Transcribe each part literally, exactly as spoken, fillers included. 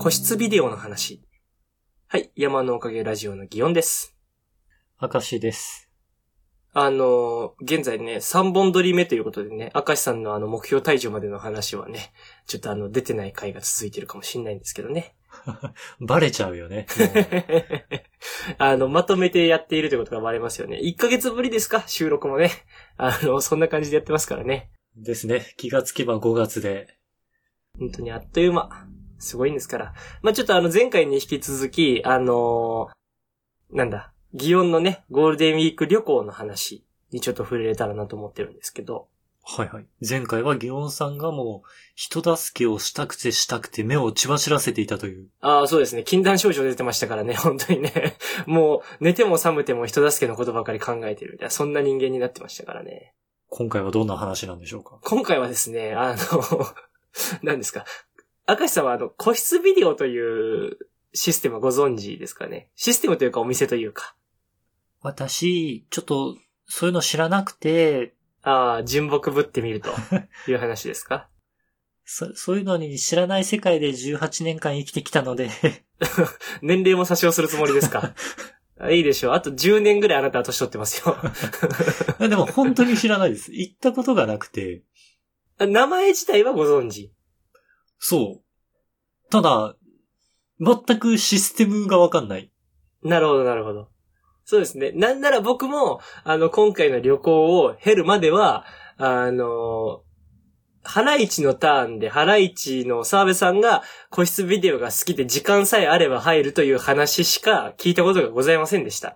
個室ビデオの話。はい、山のおかげラジオの祇園です。 明石です。 あの、現在ね、さんぼん撮り目ということでね、明石さんのあの目標退場までの話はね、ちょっとあの出てない回が続いてるかもしれないんですけどね。 バレちゃうよね。 あの、まとめてやっているということがバレますよね。いっかげつぶりですか？収録もね。あの、そんな感じでやってますからね。 ですね。気がつけばごがつで。 本当にあっという間。すごいんですから。まあ、ちょっとあの前回に引き続き、あのー、なんだ、祇園のね、ゴールデンウィーク旅行の話にちょっと触れれたらなと思ってるんですけど。 はいはい。前回は祇園さんがもう人助けをしたくてしたくて目を血走らせていたという。 ああ、そうですね。禁断症状出てましたからね、本当にね。もう寝ても覚めても人助けのことばかり考えてるみたいな、そんな人間になってましたからね。 今回はどんな話なんでしょうか？ 今回はですね、あの、何ですか。明石さんはあの、個室ビデオというシステムをご存知ですかね？システムというかお店というか。 私、ちょっと、そういうの知らなくて。 ああ、純朴ぶってみるという話ですか？ そ、そういうのに知らない世界でじゅうはちねんかん生きてきたので。 年齢も詐称するつもりですか？いいでしょう。あとじゅうねんぐらいあなたは年取ってますよ。 でも本当に知らないです。行ったことがなくて。 名前自体はご存知？ そう。ただ、全くシステムがわかんない。 なるほど、なるほど。そうですね。なんなら僕も、あの、今回の旅行を経るまでは、あの、ハライチのターンで、ハライチの澤部さんが個室ビデオが好きで時間さえあれば入るという話しか聞いたことがございませんでした。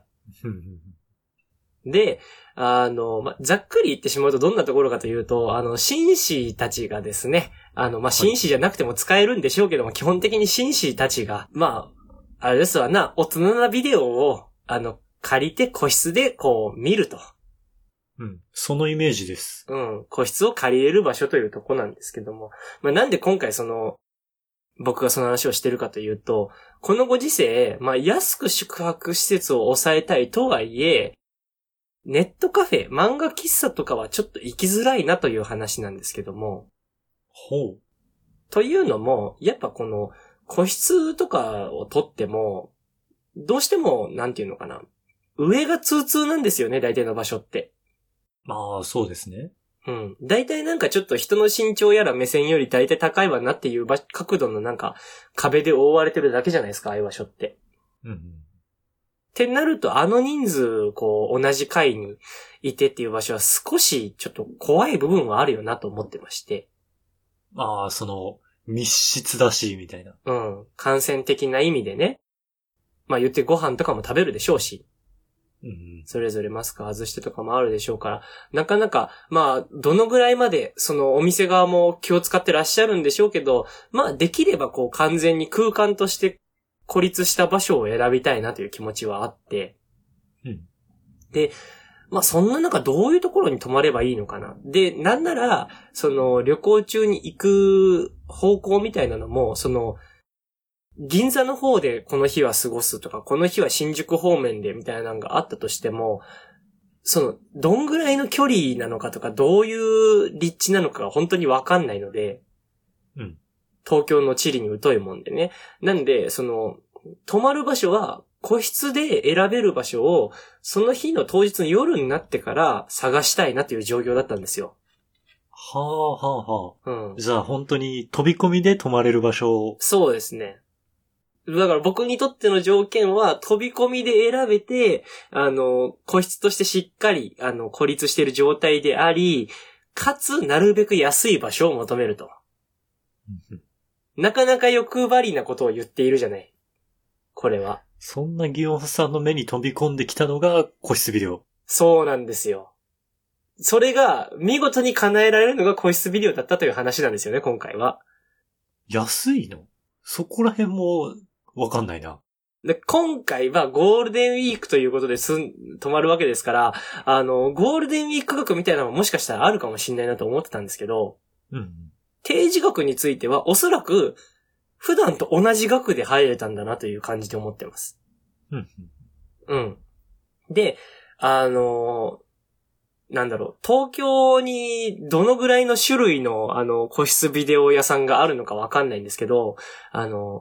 で、あの、ま、ざっくり言ってしまうとどんなところかというと、あの、紳士たちがですね、あの、ま、紳士じゃなくても使えるんでしょうけども、基本的に紳士たちが、まあ、あれですわな、大人なビデオを、あの、借りて個室でこう見ると。 うん。そのイメージです。 うん。個室を借りれる場所というとこなんですけども。まあ、なんで今回その、僕がその話をしてるかというと、このご時世、まあ、安く宿泊施設を抑えたいとはいえ、ネットカフェ、漫画喫茶とかはちょっと行きづらいなという話なんですけども。 ほう。 というのも、やっぱこの個室とかを取っても、どうしても、なんていうのかな。上が通通なんですよね、大体の場所って。 まあ、そうですね。 うん。大体なんかちょっと人の身長やら目線より大体高いわなっていう角度のなんか壁で覆われてるだけじゃないですか、ああいう場所って。 うん、うん。 ってなると、あの人数、こう、同じ階にいてっていう場所は少しちょっと怖い部分はあるよなと思ってまして。 ああ、その、密室だし、みたいな。 うん。感染的な意味でね。まあ言ってご飯とかも食べるでしょうし。 うん、 それぞれマスク外してとかもあるでしょうから、なかなか、まあ、どのぐらいまで、そのお店側も気を使ってらっしゃるんでしょうけど、まあ、できればこう完全に空間として孤立した場所を選びたいなという気持ちはあって、 うん。 で、まあ、そんな中どういうところに泊まればいいのかな。で、なんなら、その旅行中に行く方向みたいなのも、その、銀座の方でこの日は過ごすとか、この日は新宿方面でみたいなのがあったとしても、その、どんぐらいの距離なのかとか、どういう立地なのかが本当にわかんないので、 うん。 東京の地理に疎いもんでね。なんで、その、泊まる場所は、個室で選べる場所を、その日の当日の夜になってから探したいなという状況だったんですよ。 はあ、はあ、はあ。 うん。 じゃあ本当に飛び込みで泊まれる場所を。 そうですね。だから僕にとっての条件は飛び込みで選べて、あの、個室としてしっかり、あの、孤立している状態であり、かつ、なるべく安い場所を求めると。なかなか欲張りなことを言っているじゃない。これは。 そんな祇園さんの目に飛び込んできたのが個室ビデオ。 そうなんですよ。それが見事に叶えられるのが個室ビデオだったという話なんですよね、今回は。 安いの？そこら辺もわかんないな。 で、今回はゴールデンウィークということですん、泊まるわけですから、あの、ゴールデンウィーク額みたいなのももしかしたらあるかもしれないなと思ってたんですけど、 うん。 定時額についてはおそらく普段と同じ額で入れたんだなという感じで思ってます。 うん。 うん。で、あの、なんだろう、東京にどのぐらいの種類のあの個室ビデオ屋さんがあるのかわかんないんですけど、あの、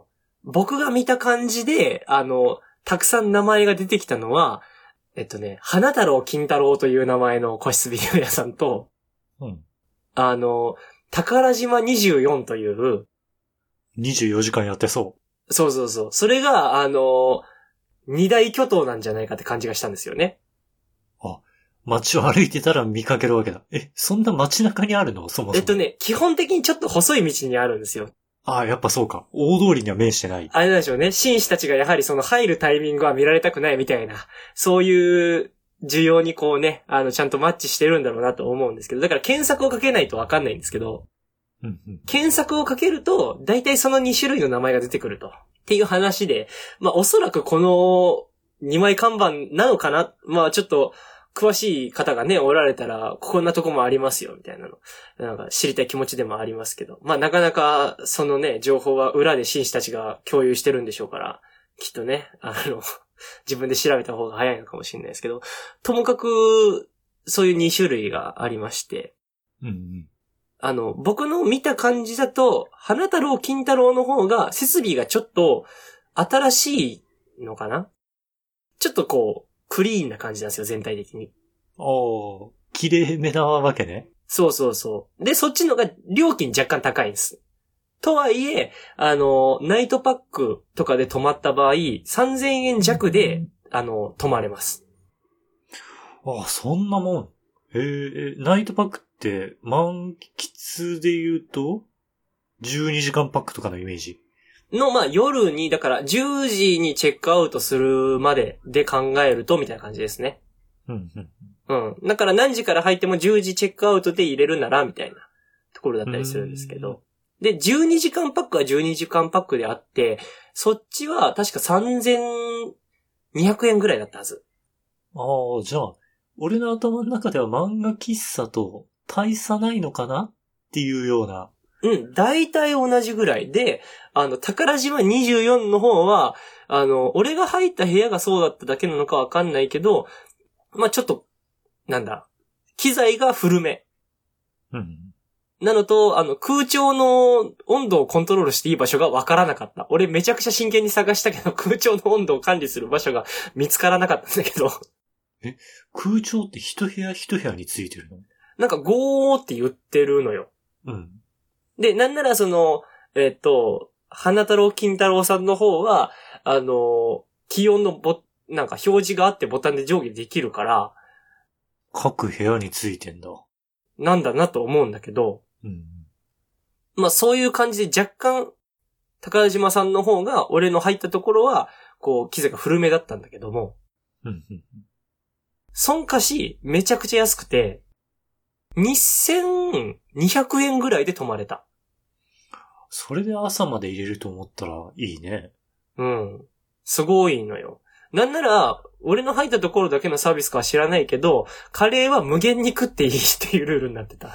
僕が見た感じで、あの、たくさん名前が出てきたのは、えっとね、花太郎金太郎という名前の個室ビデオ屋さんと、 うん。 あの、宝島にじゅうよんという、 にじゅうよじかんやってそう。 そうそうそう。それが、あの、二大巨頭なんじゃないかって感じがしたんですよね。 あ、街を歩いてたら見かけるわけだ。え、そんな街中にあるのそもそも。 えっとね、基本的にちょっと細い道にあるんですよ。 ああ、やっぱそうか。大通りには面してない。 あれなんでしょうね。紳士たちがやはりその入るタイミングは見られたくないみたいな、そういう需要にこうね、あの、ちゃんとマッチしてるんだろうなと思うんですけど、だから検索をかけないとわかんないんですけど、 うんうん、 検索をかけると、大体そのに種類の名前が出てくると。っていう話で、まあおそらくこのにまい看板なのかな。まあちょっと、詳しい方がね、おられたら、こんなとこもありますよ、みたいなの。なんか知りたい気持ちでもありますけど。まあなかなか、そのね、情報は裏で紳士たちが共有してるんでしょうから、きっとね、あの、自分で調べた方が早いのかもしれないですけど、ともかく、そういうに種類がありまして。 うんうん、 あの、僕の見た感じだと、花太郎、金太郎の方が、設備がちょっと、新しいのかな？ちょっとこう、クリーンな感じなんですよ、全体的に。 おー、綺麗めなわけね。 そうそうそう。で、そっちのが料金若干高いんです。とはいえ、あの、ナイトパックとかで泊まった場合、さんぜんえん弱で、うん、あの、泊まれます。 ああ、そんなもん。へえ、ナイトパックって満喫で言うと、じゅうにじかんパックとかのイメージの、まあ、夜に、だから、じゅうじにチェックアウトするまでで考えると、みたいな感じですね。 うんうん。 うん。だから何時から入ってもじゅうじチェックアウトで入れるなら、みたいなところだったりするんですけど。で、じゅうにじかんパックはじゅうにじかんパックであって、そっちは確かさんぜんにひゃくえんぐらいだったはず。 ああ、じゃあ、俺の頭の中では漫画喫茶と大差ないのかなっていうような。 うん、大体同じぐらいで、あの、宝島にじゅうよんの方は、あの、俺が入った部屋がそうだっただけなのかわかんないけど、まあ、ちょっと、なんだ、機材が古め。 うん。 なのと、あの、空調の温度をコントロールしていい場所がわからなかった。俺めちゃくちゃ真剣に探したけど、空調の温度を管理する場所が見つからなかったんだけど。 え、空調って一部屋一部屋についてるの？ なんかゴーって言ってるのよ。 うん。 で、なんならその、えっと、花太郎金太郎さんの方は、あの、気温のボ、なんか表示があってボタンで上下できるから、 各部屋についてんだ。 なんだなと思うんだけど、 うん。 まあそういう感じで若干、宝島さんの方が俺の入ったところは、こう、機材が古めだったんだけども、 うんうん。 損貸しめちゃくちゃ安くて、にせんにひゃくえんぐらいで泊まれた。 それで朝まで入れると思ったらいいね。 うん。すごいのよ。なんなら、俺の入ったところだけのサービスかは知らないけど、カレーは無限に食っていいっていうルールになってた。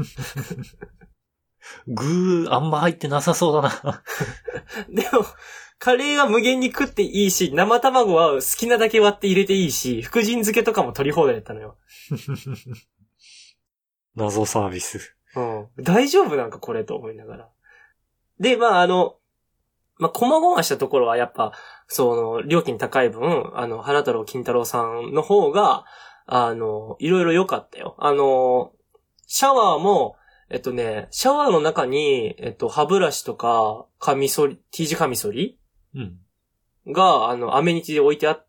具あんま入ってなさそうだな。 でも、カレーは無限に食っていいし、生卵は好きなだけ割って入れていいし、福神漬けとかも取り放題だったのよ。 謎サービス。 うん。大丈夫なんかこれと思いながら。で、まああの、まあ、細々したところはやっぱ、その、料金高い分、あの、花太郎金太郎さんの方が、あの、いろいろ良かったよ。あの、シャワーも、えっとね、シャワーの中に、えっと、歯ブラシとか、カミソリ、T 字カミソリうん。 が、あの、アメニティで置いてあって、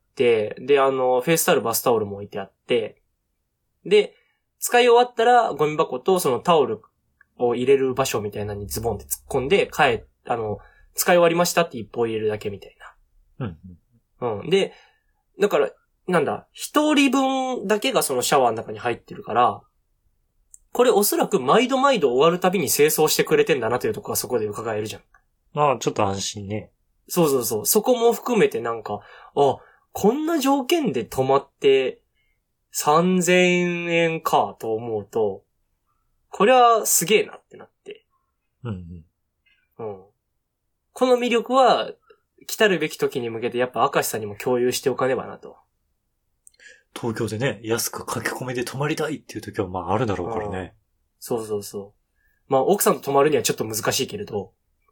で、あの、フェイスタオル、バスタオルも置いてあって、で、使い終わったら、ゴミ箱とそのタオルを入れる場所みたいなのにズボンって突っ込んで、帰っ、あの、使い終わりましたって一歩入れるだけみたいな。うん。うん。で、だから、なんだ、一人分だけがそのシャワーの中に入ってるから、これおそらく毎度毎度終わるたびに清掃してくれてんだなというところがそこで伺えるじゃん。 まあ、ちょっと安心ね。 そうそうそう。そこも含めてなんか、あ、こんな条件で泊まってさんぜんえんかと思うと、これはすげえなってなって。 うんうん。うん。この魅力は、来たるべき時に向けてやっぱ明石さんにも共有しておかねばなと。 東京でね、安く駆け込みで泊まりたいっていう時はまああるだろうからね。 そうそうそう。まあ奥さんと泊まるにはちょっと難しいけれど。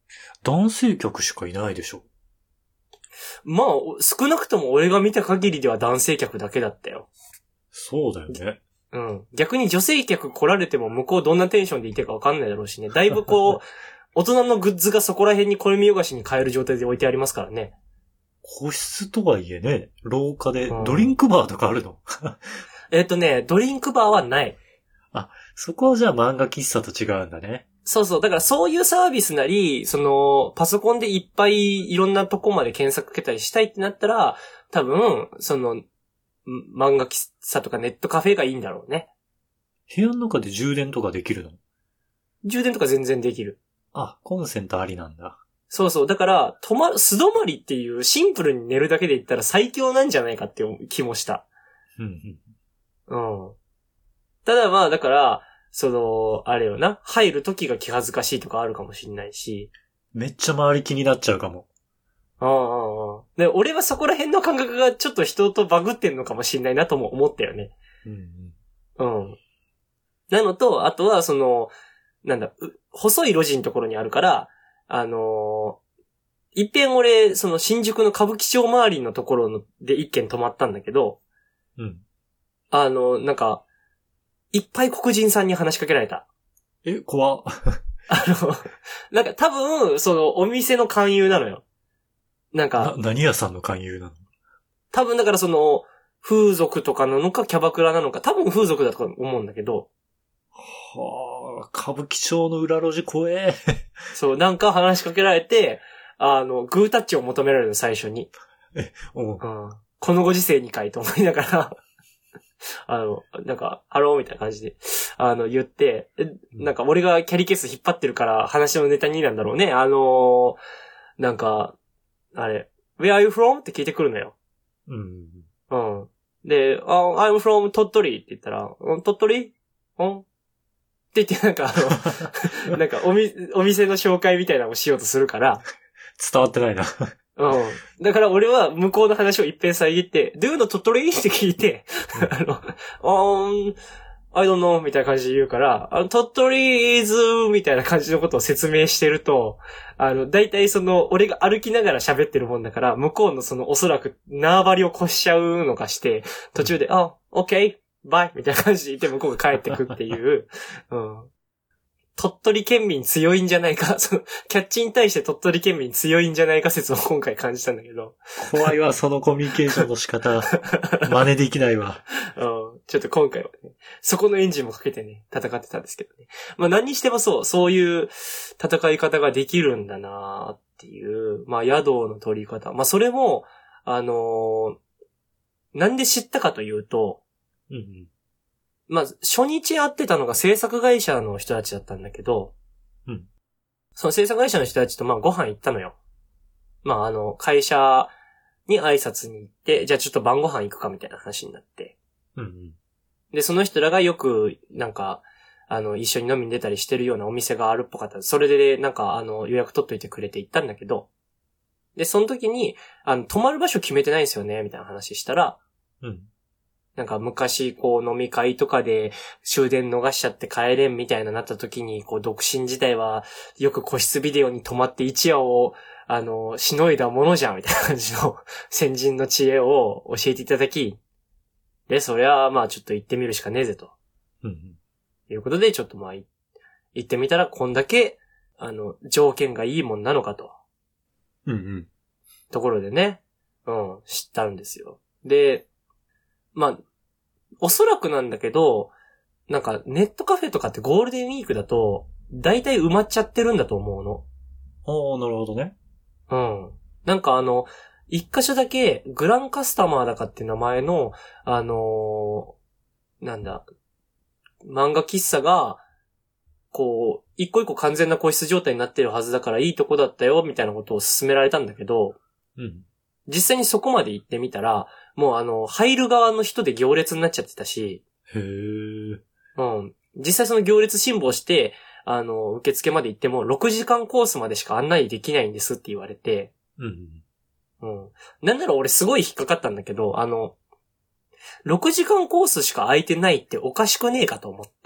男性客しかいないでしょ。 まあ、少なくとも俺が見た限りでは男性客だけだったよ。 そうだよね。 うん。逆に女性客来られても向こうどんなテンションでいてるかわかんないだろうしね。だいぶこう、大人のグッズがそこら辺に小見よがしに買える状態で置いてありますからね。 個室とはいえね、廊下でドリンクバーとかあるの、うん、 えっとね、ドリンクバーはない。 あ、そこはじゃあ漫画喫茶と違うんだね。 そうそう。だからそういうサービスなり、その、パソコンでいっぱいいろんなとこまで検索かけたりしたいってなったら、多分、その、漫画喫茶とかネットカフェがいいんだろうね。 部屋の中で充電とかできるの？ 充電とか全然できる。 あ、コンセントありなんだ。 そうそう。だから、泊まる、素泊まりっていうシンプルに寝るだけで言ったら最強なんじゃないかっていう気もした。 うんうん。 うん。ただまあ、だから、その、あれよな、入る時が気恥ずかしいとかあるかもしんないし。 めっちゃ周り気になっちゃうかも。 ああ、ああ。で、俺はそこら辺の感覚がちょっと人とバグってんのかもしんないなとも思ったよね。 うんうん。 うん。なのと、あとは、その、なんだ、細い路地のところにあるから、あのー、一遍俺、その新宿の歌舞伎町周りのところので一軒泊まったんだけど、 うん。 あの、なんか、いっぱい黒人さんに話しかけられた。 え、怖っ。 あの、なんか多分、そのお店の勧誘なのよ。なんか、 な、何屋さんの勧誘なの？ 多分だからその、風俗とかなのかキャバクラなのか、多分風俗だと思うんだけど。 はあ、歌舞伎町の裏路地怖え。 そう、なんか話しかけられて、あの、グータッチを求められるの、最初に。 え、おう。 うん。このご時世にかいと思いながら、あの、なんか、ハローみたいな感じで、あの、言って、なんか俺がキャリケース引っ張ってるから話のネタになんだろうね。あのー、なんか、あれ、Where are you from? って聞いてくるのよ。 うん。 うん。で、oh, I'm from 鳥取って言ったら、鳥取んって言ってなんかあの、なんかおみ、お店の紹介みたいなのをしようとするから。 伝わってないな。 うん。だから俺は向こうの話を一遍遮って、Do you know 鳥取って聞いて、あの、um, I don't know みたいな感じで言うから、あの、鳥取 is みたいな感じのことを説明してると、あの、大体その、俺が歩きながら喋ってるもんだから、向こうのその、おそらく縄張りを越しちゃうのかして、途中で、あ、OK、バイみたいな感じで言って向こうが帰ってくっていう、うん。鳥取県民強いんじゃないか、その、キャッチに対して鳥取県民強いんじゃないか説を今回感じたんだけど。 怖いわ、そのコミュニケーションの仕方。真似できないわ。 うん。ちょっと今回はね、そこのエンジンもかけてね、戦ってたんですけどね。まあ何にしてもそう、そういう戦い方ができるんだなーっていう、まあ宿の取り方。まあそれも、あのー、なんで知ったかというと、 うんうん。 まあ、初日会ってたのが制作会社の人たちだったんだけど、 うん。 その制作会社の人たちとまあご飯行ったのよ。まああの、会社に挨拶に行って、じゃあちょっと晩ご飯行くかみたいな話になって。 うんうん。 で、その人らがよく、なんか、あの、一緒に飲みに出たりしてるようなお店があるっぽかった。それで、なんか、あの、予約取っといてくれて行ったんだけど、で、その時に、あの、泊まる場所決めてないんですよね、みたいな話したら、 うん。 なんか昔、こう飲み会とかで終電逃しちゃって帰れんみたいななった時に、こう独身時代はよく個室ビデオに泊まって一夜を、あの、しのいだものじゃんみたいな感じの先人の知恵を教えていただき、で、そりゃまあちょっと行ってみるしかねえぜと。 うん。 いうことで、ちょっとまあ行ってみたらこんだけ、あの、条件がいいもんなのかと。 うんうん。 ところでね、うん、知ったんですよ。で、まあ、おそらくなんだけど、なんかネットカフェとかってゴールデンウィークだと、だいたい埋まっちゃってるんだと思うの。 ああ、なるほどね。 うん。なんかあの、一箇所だけグランカスタマーだかって名前の、あのー、なんだ、漫画喫茶が、こう、一個一個完全な個室状態になってるはずだからいいとこだったよ、みたいなことを勧められたんだけど、 うん。 実際にそこまで行ってみたら、もうあの、入る側の人で行列になっちゃってたし、 へえ。 うん。実際その行列辛抱して、あの、受付まで行っても、ろくじかんコースまでしか案内できないんですって言われて、 うん。 うん。なんなら俺すごい引っかかったんだけど、あの、ろくじかんコースしか空いてないっておかしくねえかと思って。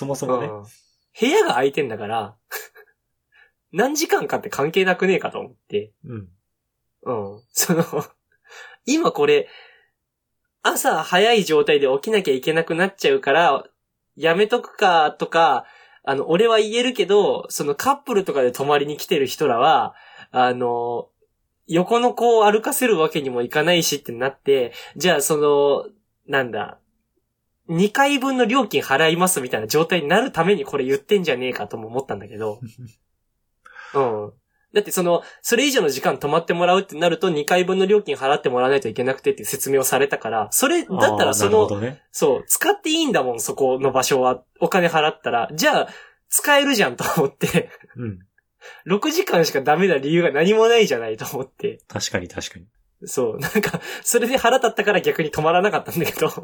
そうだね。そもそもね。 うん。部屋が空いてんだから、 何時間かって関係なくねえかと思って。 うん。 うん。その、今これ、朝早い状態で起きなきゃいけなくなっちゃうから、やめとくかとか、あの、俺は言えるけど、そのカップルとかで泊まりに来てる人らは、あの、横の子を歩かせるわけにもいかないしってなって、じゃあその、なんだ、にかいぶんの料金払いますみたいな状態になるためにこれ言ってんじゃねえかとも思ったんだけど。うん。だってその、それ以上の時間泊まってもらうってなるとにかいぶんの料金払ってもらわないといけなくてっていう説明をされたから、それ、だったらその、ね、そう、使っていいんだもん、そこの場所は。お金払ったら。じゃあ、使えるじゃんと思って。うん。ろくじかんしかダメな理由が何もないじゃないと思って。 確かに確かに。 そう、なんか、それで腹立ったから逆に止まらなかったんだけど。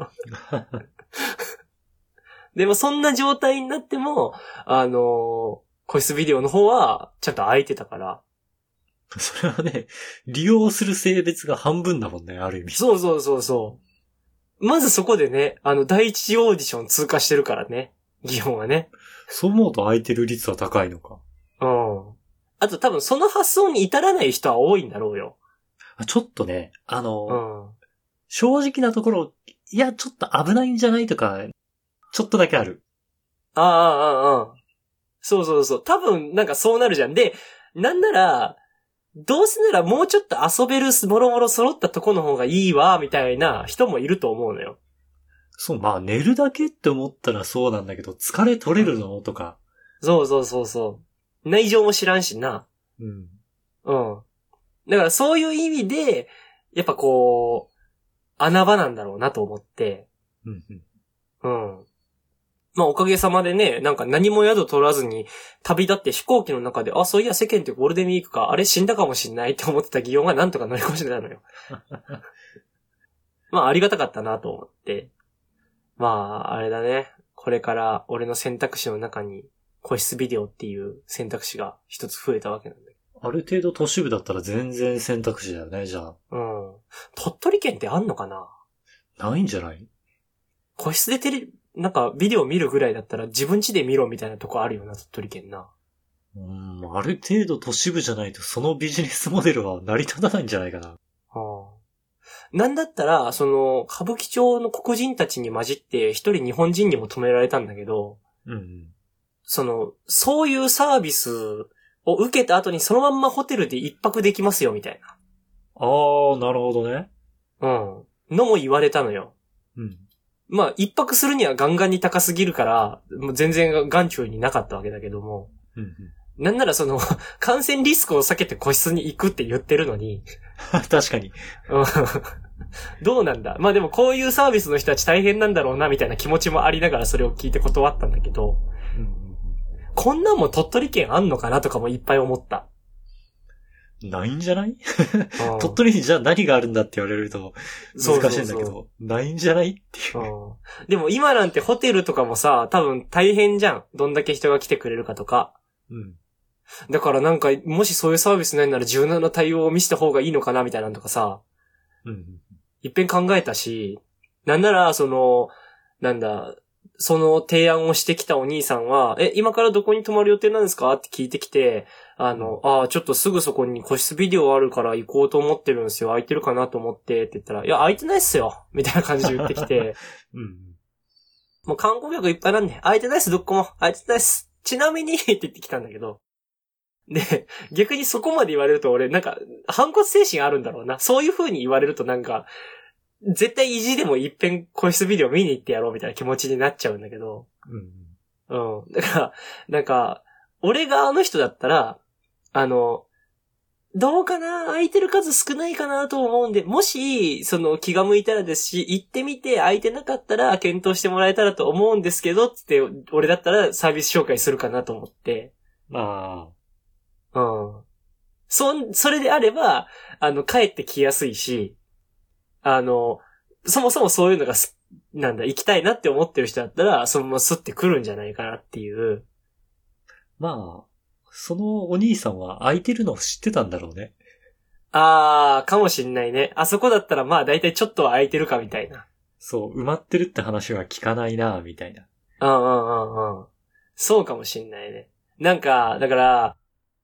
でもそんな状態になっても、あのー、個室ビデオの方はちゃんと空いてたから。 それはね、利用する性別が半分だもんね、ある意味。 そうそうそうそう。まずそこでね、あの、第一次オーディション通過してるからね。基本はね。 そう思うと空いてる率は高いのか。 うん。あと多分その発想に至らない人は多いんだろうよ。 ちょっとね、あの、うん、正直なところ、いや、ちょっと危ないんじゃないとか、ちょっとだけある。 ああ、ああ、ああ。そうそうそう。多分なんかそうなるじゃん。で、なんなら、どうせならもうちょっと遊べるもろもろ揃ったとこの方がいいわ、みたいな人もいると思うのよ。 そう、まあ寝るだけって思ったらそうなんだけど、疲れ取れるのとか。 そうそうそうそう。内情も知らんしな。うん。うん。だからそういう意味で、やっぱこう、穴場なんだろうなと思って。うん、うん。うん。まあおかげさまでね、なんか何も宿取らずに旅立って飛行機の中で、あ、そういや世間ってゴールデンウィークか、あれ死んだかもしんないって思ってた擬音がなんとか乗り越してたのよ。まあありがたかったなと思って。まああれだね。これから俺の選択肢の中に個室ビデオっていう選択肢が一つ増えたわけなんだけど。ある程度都市部だったら全然選択肢だよね、じゃあ。 うん。鳥取県ってあんのかな？ ないんじゃない？ 個室でテレ、なんかビデオ見るぐらいだったら自分家で見ろみたいなとこあるよな、鳥取県な。 うん、ある程度都市部じゃないとそのビジネスモデルは成り立たないんじゃないかな。はあ、なんだったら、その、歌舞伎町の黒人たちに混じって一人日本人にも止められたんだけど、うんうん、その、そういうサービスを受けた後にそのまんまホテルで一泊できますよ、みたいな。 ああ、なるほどね。 うん。のも言われたのよ。うん。まあ、一泊するにはガンガンに高すぎるから、もう全然眼中になかったわけだけども。うんうん、なんならその、感染リスクを避けて個室に行くって言ってるのに。 確かに。 どうなんだ？まあでもこういうサービスの人たち大変なんだろうなみたいな気持ちもありながらそれを聞いて断ったんだけど、うんうんうん、こんなんも鳥取県あんのかなとかもいっぱい思った。 ないんじゃない？鳥取にじゃあ何があるんだって言われると難しいんだけど、そうそうそう、ないんじゃないっていう。 でも今なんてホテルとかもさ、多分大変じゃん。どんだけ人が来てくれるかとか。うん。だからなんか、もしそういうサービスないなら柔軟な対応を見せた方がいいのかなみたいなのとかさ。うん。いっぺん考えたし、なんなら、その、なんだ、その提案をしてきたお兄さんは、え、今からどこに泊まる予定なんですかって聞いてきて、あの、ああ、ちょっとすぐそこに個室ビデオあるから行こうと思ってるんですよ。空いてるかなと思ってって言ったら、いや、空いてないっすよ。みたいな感じで言ってきて、うん。もう観光客いっぱいなんで、空いてないっす、どこも。空いてないっす。ちなみに、って言ってきたんだけど。で、逆にそこまで言われると俺、なんか、反骨精神あるんだろうな。そういう風に言われるとなんか、絶対意地でも一遍個室ビデオ見に行ってやろうみたいな気持ちになっちゃうんだけど。うん。うん。だから、なんか、俺があの人だったら、あの、どうかな？空いてる数少ないかなと思うんで、もし、その気が向いたらですし、行ってみて空いてなかったら検討してもらえたらと思うんですけど、つって、俺だったらサービス紹介するかなと思って。ああ。うん。そ、それであれば、あの、帰ってきやすいし、あの、そもそもそういうのがす、なんだ、行きたいなって思ってる人だったら、そのままスッて来るんじゃないかなっていう。 まあ、そのお兄さんは空いてるのを知ってたんだろうね。 あー、かもしんないね。あそこだったらまあ大体ちょっとは空いてるかみたいな。 そう、埋まってるって話は聞かないな、みたいな。 うんうんうんうん。そうかもしんないね。なんか、だから、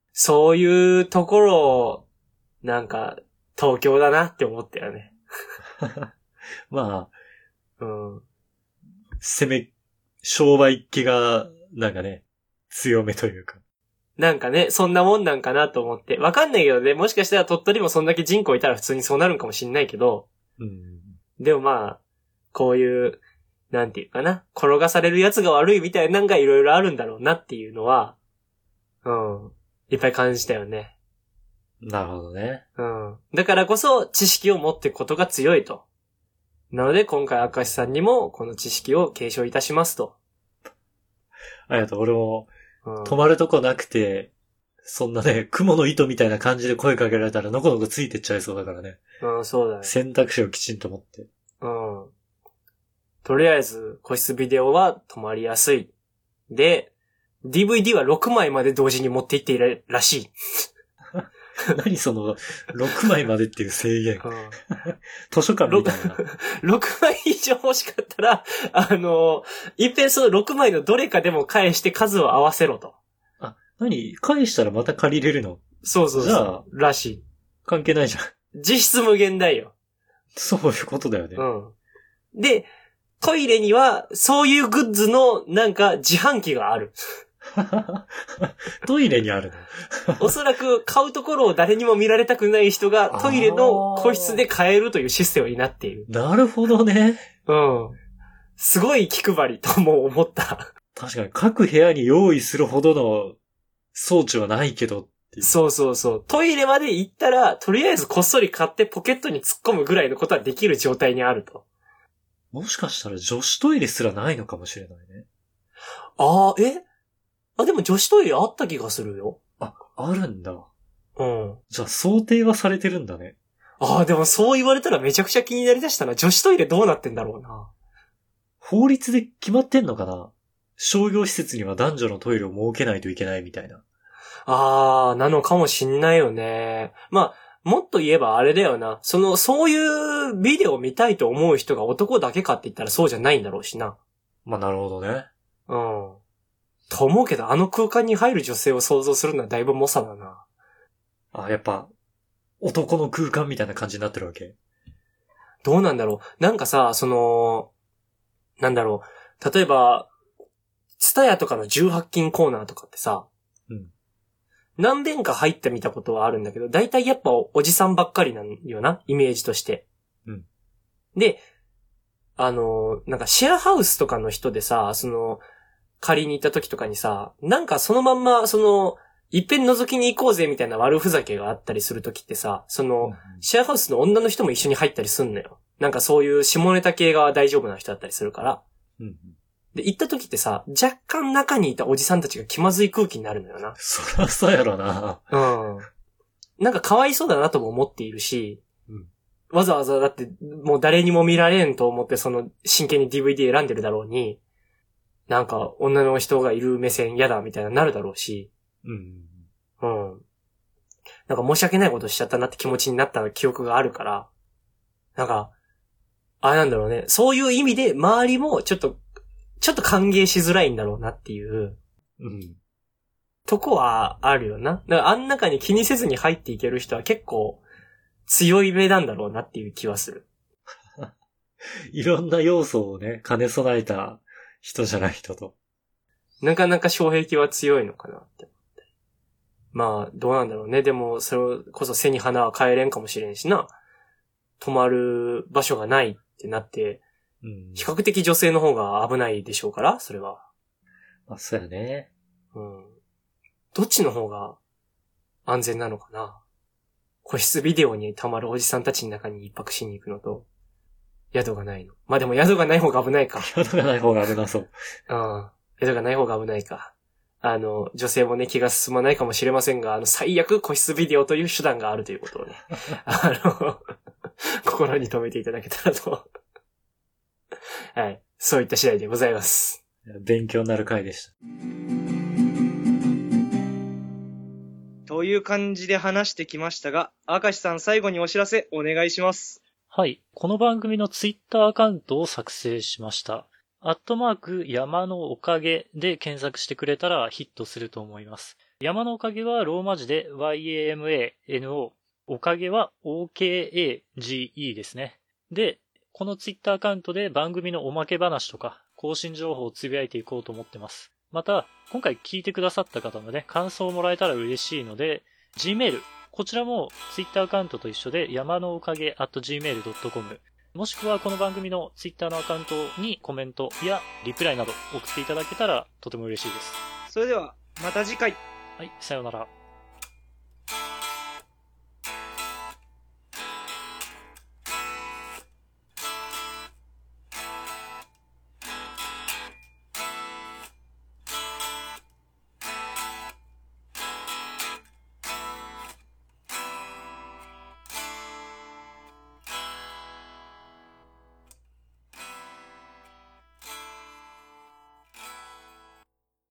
そういうところ、なんか、東京だなって思ったよね。 まあ、うん。 攻め、商売っ気が、なんかね、強めというか。 なんかね、そんなもんなんかなと思って。わかんないけどね、もしかしたら鳥取もそんだけ人口いたら普通にそうなるんかもしんないけど、 うん、でもまあ、こういう、なんていうかな、転がされるやつが悪いみたいなのがいろいろあるんだろうなっていうのは、うん、いっぱい感じたよね。 なるほどね。 うん。だからこそ知識を持っていくことが強いと。なので今回明石さんにもこの知識を継承いたしますと。 ありがとう。俺も、止まるとこなくて、そんなね、雲の糸みたいな感じで声かけられたらのこのこついてっちゃいそうだからね。 うん、そうだね。 選択肢をきちんと持って。 うん。とりあえず、個室ビデオは止まりやすい。で、ディーブイディー はろくまいまで同時に持っていっているらしい。 何その、ろくまいまでっていう制限。うん、図書館みたいな。 ろくまい以上欲しかったら、あの、いっぺんそのろくまいのどれかでも返して数を合わせろと。 あ、何返したらまた借りれるの？ そうそうそう。じゃあ、らしい。 関係ないじゃん。 実質無限大よ。 そういうことだよね。 うん。で、トイレには、そういうグッズの、なんか、自販機がある。 トイレにあるのおそらく、買うところを誰にも見られたくない人が、トイレの個室で買えるというシステムになっている。 なるほどね。 うん。すごい気配りとも思った。 確かに、各部屋に用意するほどの装置はないけどっていう。 そうそうそう。トイレまで行ったら、とりあえずこっそり買ってポケットに突っ込むぐらいのことはできる状態にあると。 もしかしたら女子トイレすらないのかもしれないね。 ああ、えあ、でも女子トイレあった気がするよ。 あ、あるんだ。 うん。 じゃあ想定はされてるんだね。 ああ、でもそう言われたらめちゃくちゃ気になりだしたな。女子トイレどうなってんだろうな。 法律で決まってんのかな？商業施設には男女のトイレを設けないといけないみたいな。 ああ、なのかもしんないよね。まあ、もっと言えばあれだよな。その、そういうビデオを見たいと思う人が男だけかって言ったらそうじゃないんだろうしな。 まあ、なるほどね。 うん。と思うけど、あの空間に入る女性を想像するのはだいぶ猛者だな。 あ、やっぱ、男の空間みたいな感じになってるわけ？ どうなんだろう。なんかさ、その、なんだろう。例えば、ツタヤとかのじゅうはっきんコーナーとかってさ、うん。何遍か入ってみたことはあるんだけど、だいたいやっぱおじさんばっかりなんよな、イメージとして。うん。で、あの、なんかシェアハウスとかの人でさ、その、借りに行った時とかにさ、なんかそのまんま、その、いっぺん覗きに行こうぜみたいな悪ふざけがあったりする時ってさ、その、うん、シェアハウスの女の人も一緒に入ったりすんのよ。なんかそういう下ネタ系が大丈夫な人だったりするから。うん、で、行った時ってさ、若干中にいたおじさんたちが気まずい空気になるのよな。 そらそうやろな。 うん。なんかかわいそうだなとも思っているし、うん、わざわざだってもう誰にも見られんと思ってその真剣に ディーブイディー 選んでるだろうに、なんか女の人がいる目線嫌だみたいななるだろうし、うん。うん。なんか申し訳ないことしちゃったなって気持ちになった記憶があるから、なんか、あれなんだろうね。そういう意味で周りもちょっと、ちょっと歓迎しづらいんだろうなっていう、うん。とこはあるよな。だからあん中に気にせずに入っていける人は結構強い目なんだろうなっていう気はする。 いろんな要素をね、兼ね備えた人じゃない人と。 なかなか障壁は強いのかなって思って。まあ、どうなんだろうね。でも、それこそ背に花は帰れんかもしれんしな。泊まる場所がないってなって、うん、比較的女性の方が危ないでしょうから、それは。 あ、そうやね。 うん。どっちの方が安全なのかな。個室ビデオに溜まるおじさんたちの中に一泊しに行くのと、宿がないの。まあでも宿がない方が危ないか。 宿がない方が危なそう。 うん。宿がない方が危ないか。あの、女性もね、気が進まないかもしれませんが、あの、最悪個室ビデオという手段があるということをね、あの、心に留めていただけたらと。はい。そういった次第でございます。 勉強になる回でした。 という感じで話してきましたが、明石さん最後にお知らせお願いします。 はい。この番組のツイッターアカウントを作成しました。アットマーク山のおかげで検索してくれたらヒットすると思います。 山のおかげはローマ字で ワイエーエムエーエヌオー。おかげは オーケーエージーイー ですね。で、このツイッターアカウントで番組のおまけ話とか更新情報をつぶやいていこうと思ってます。また、今回聞いてくださった方のね、感想をもらえたら嬉しいので、Gmail、こちらもツイッターアカウントと一緒で山のおかげ アットジーメールドットコム もしくはこの番組のツイッターのアカウントにコメントやリプライなど送っていただけたらとても嬉しいです。 それでは、また次回。 はい、さようなら。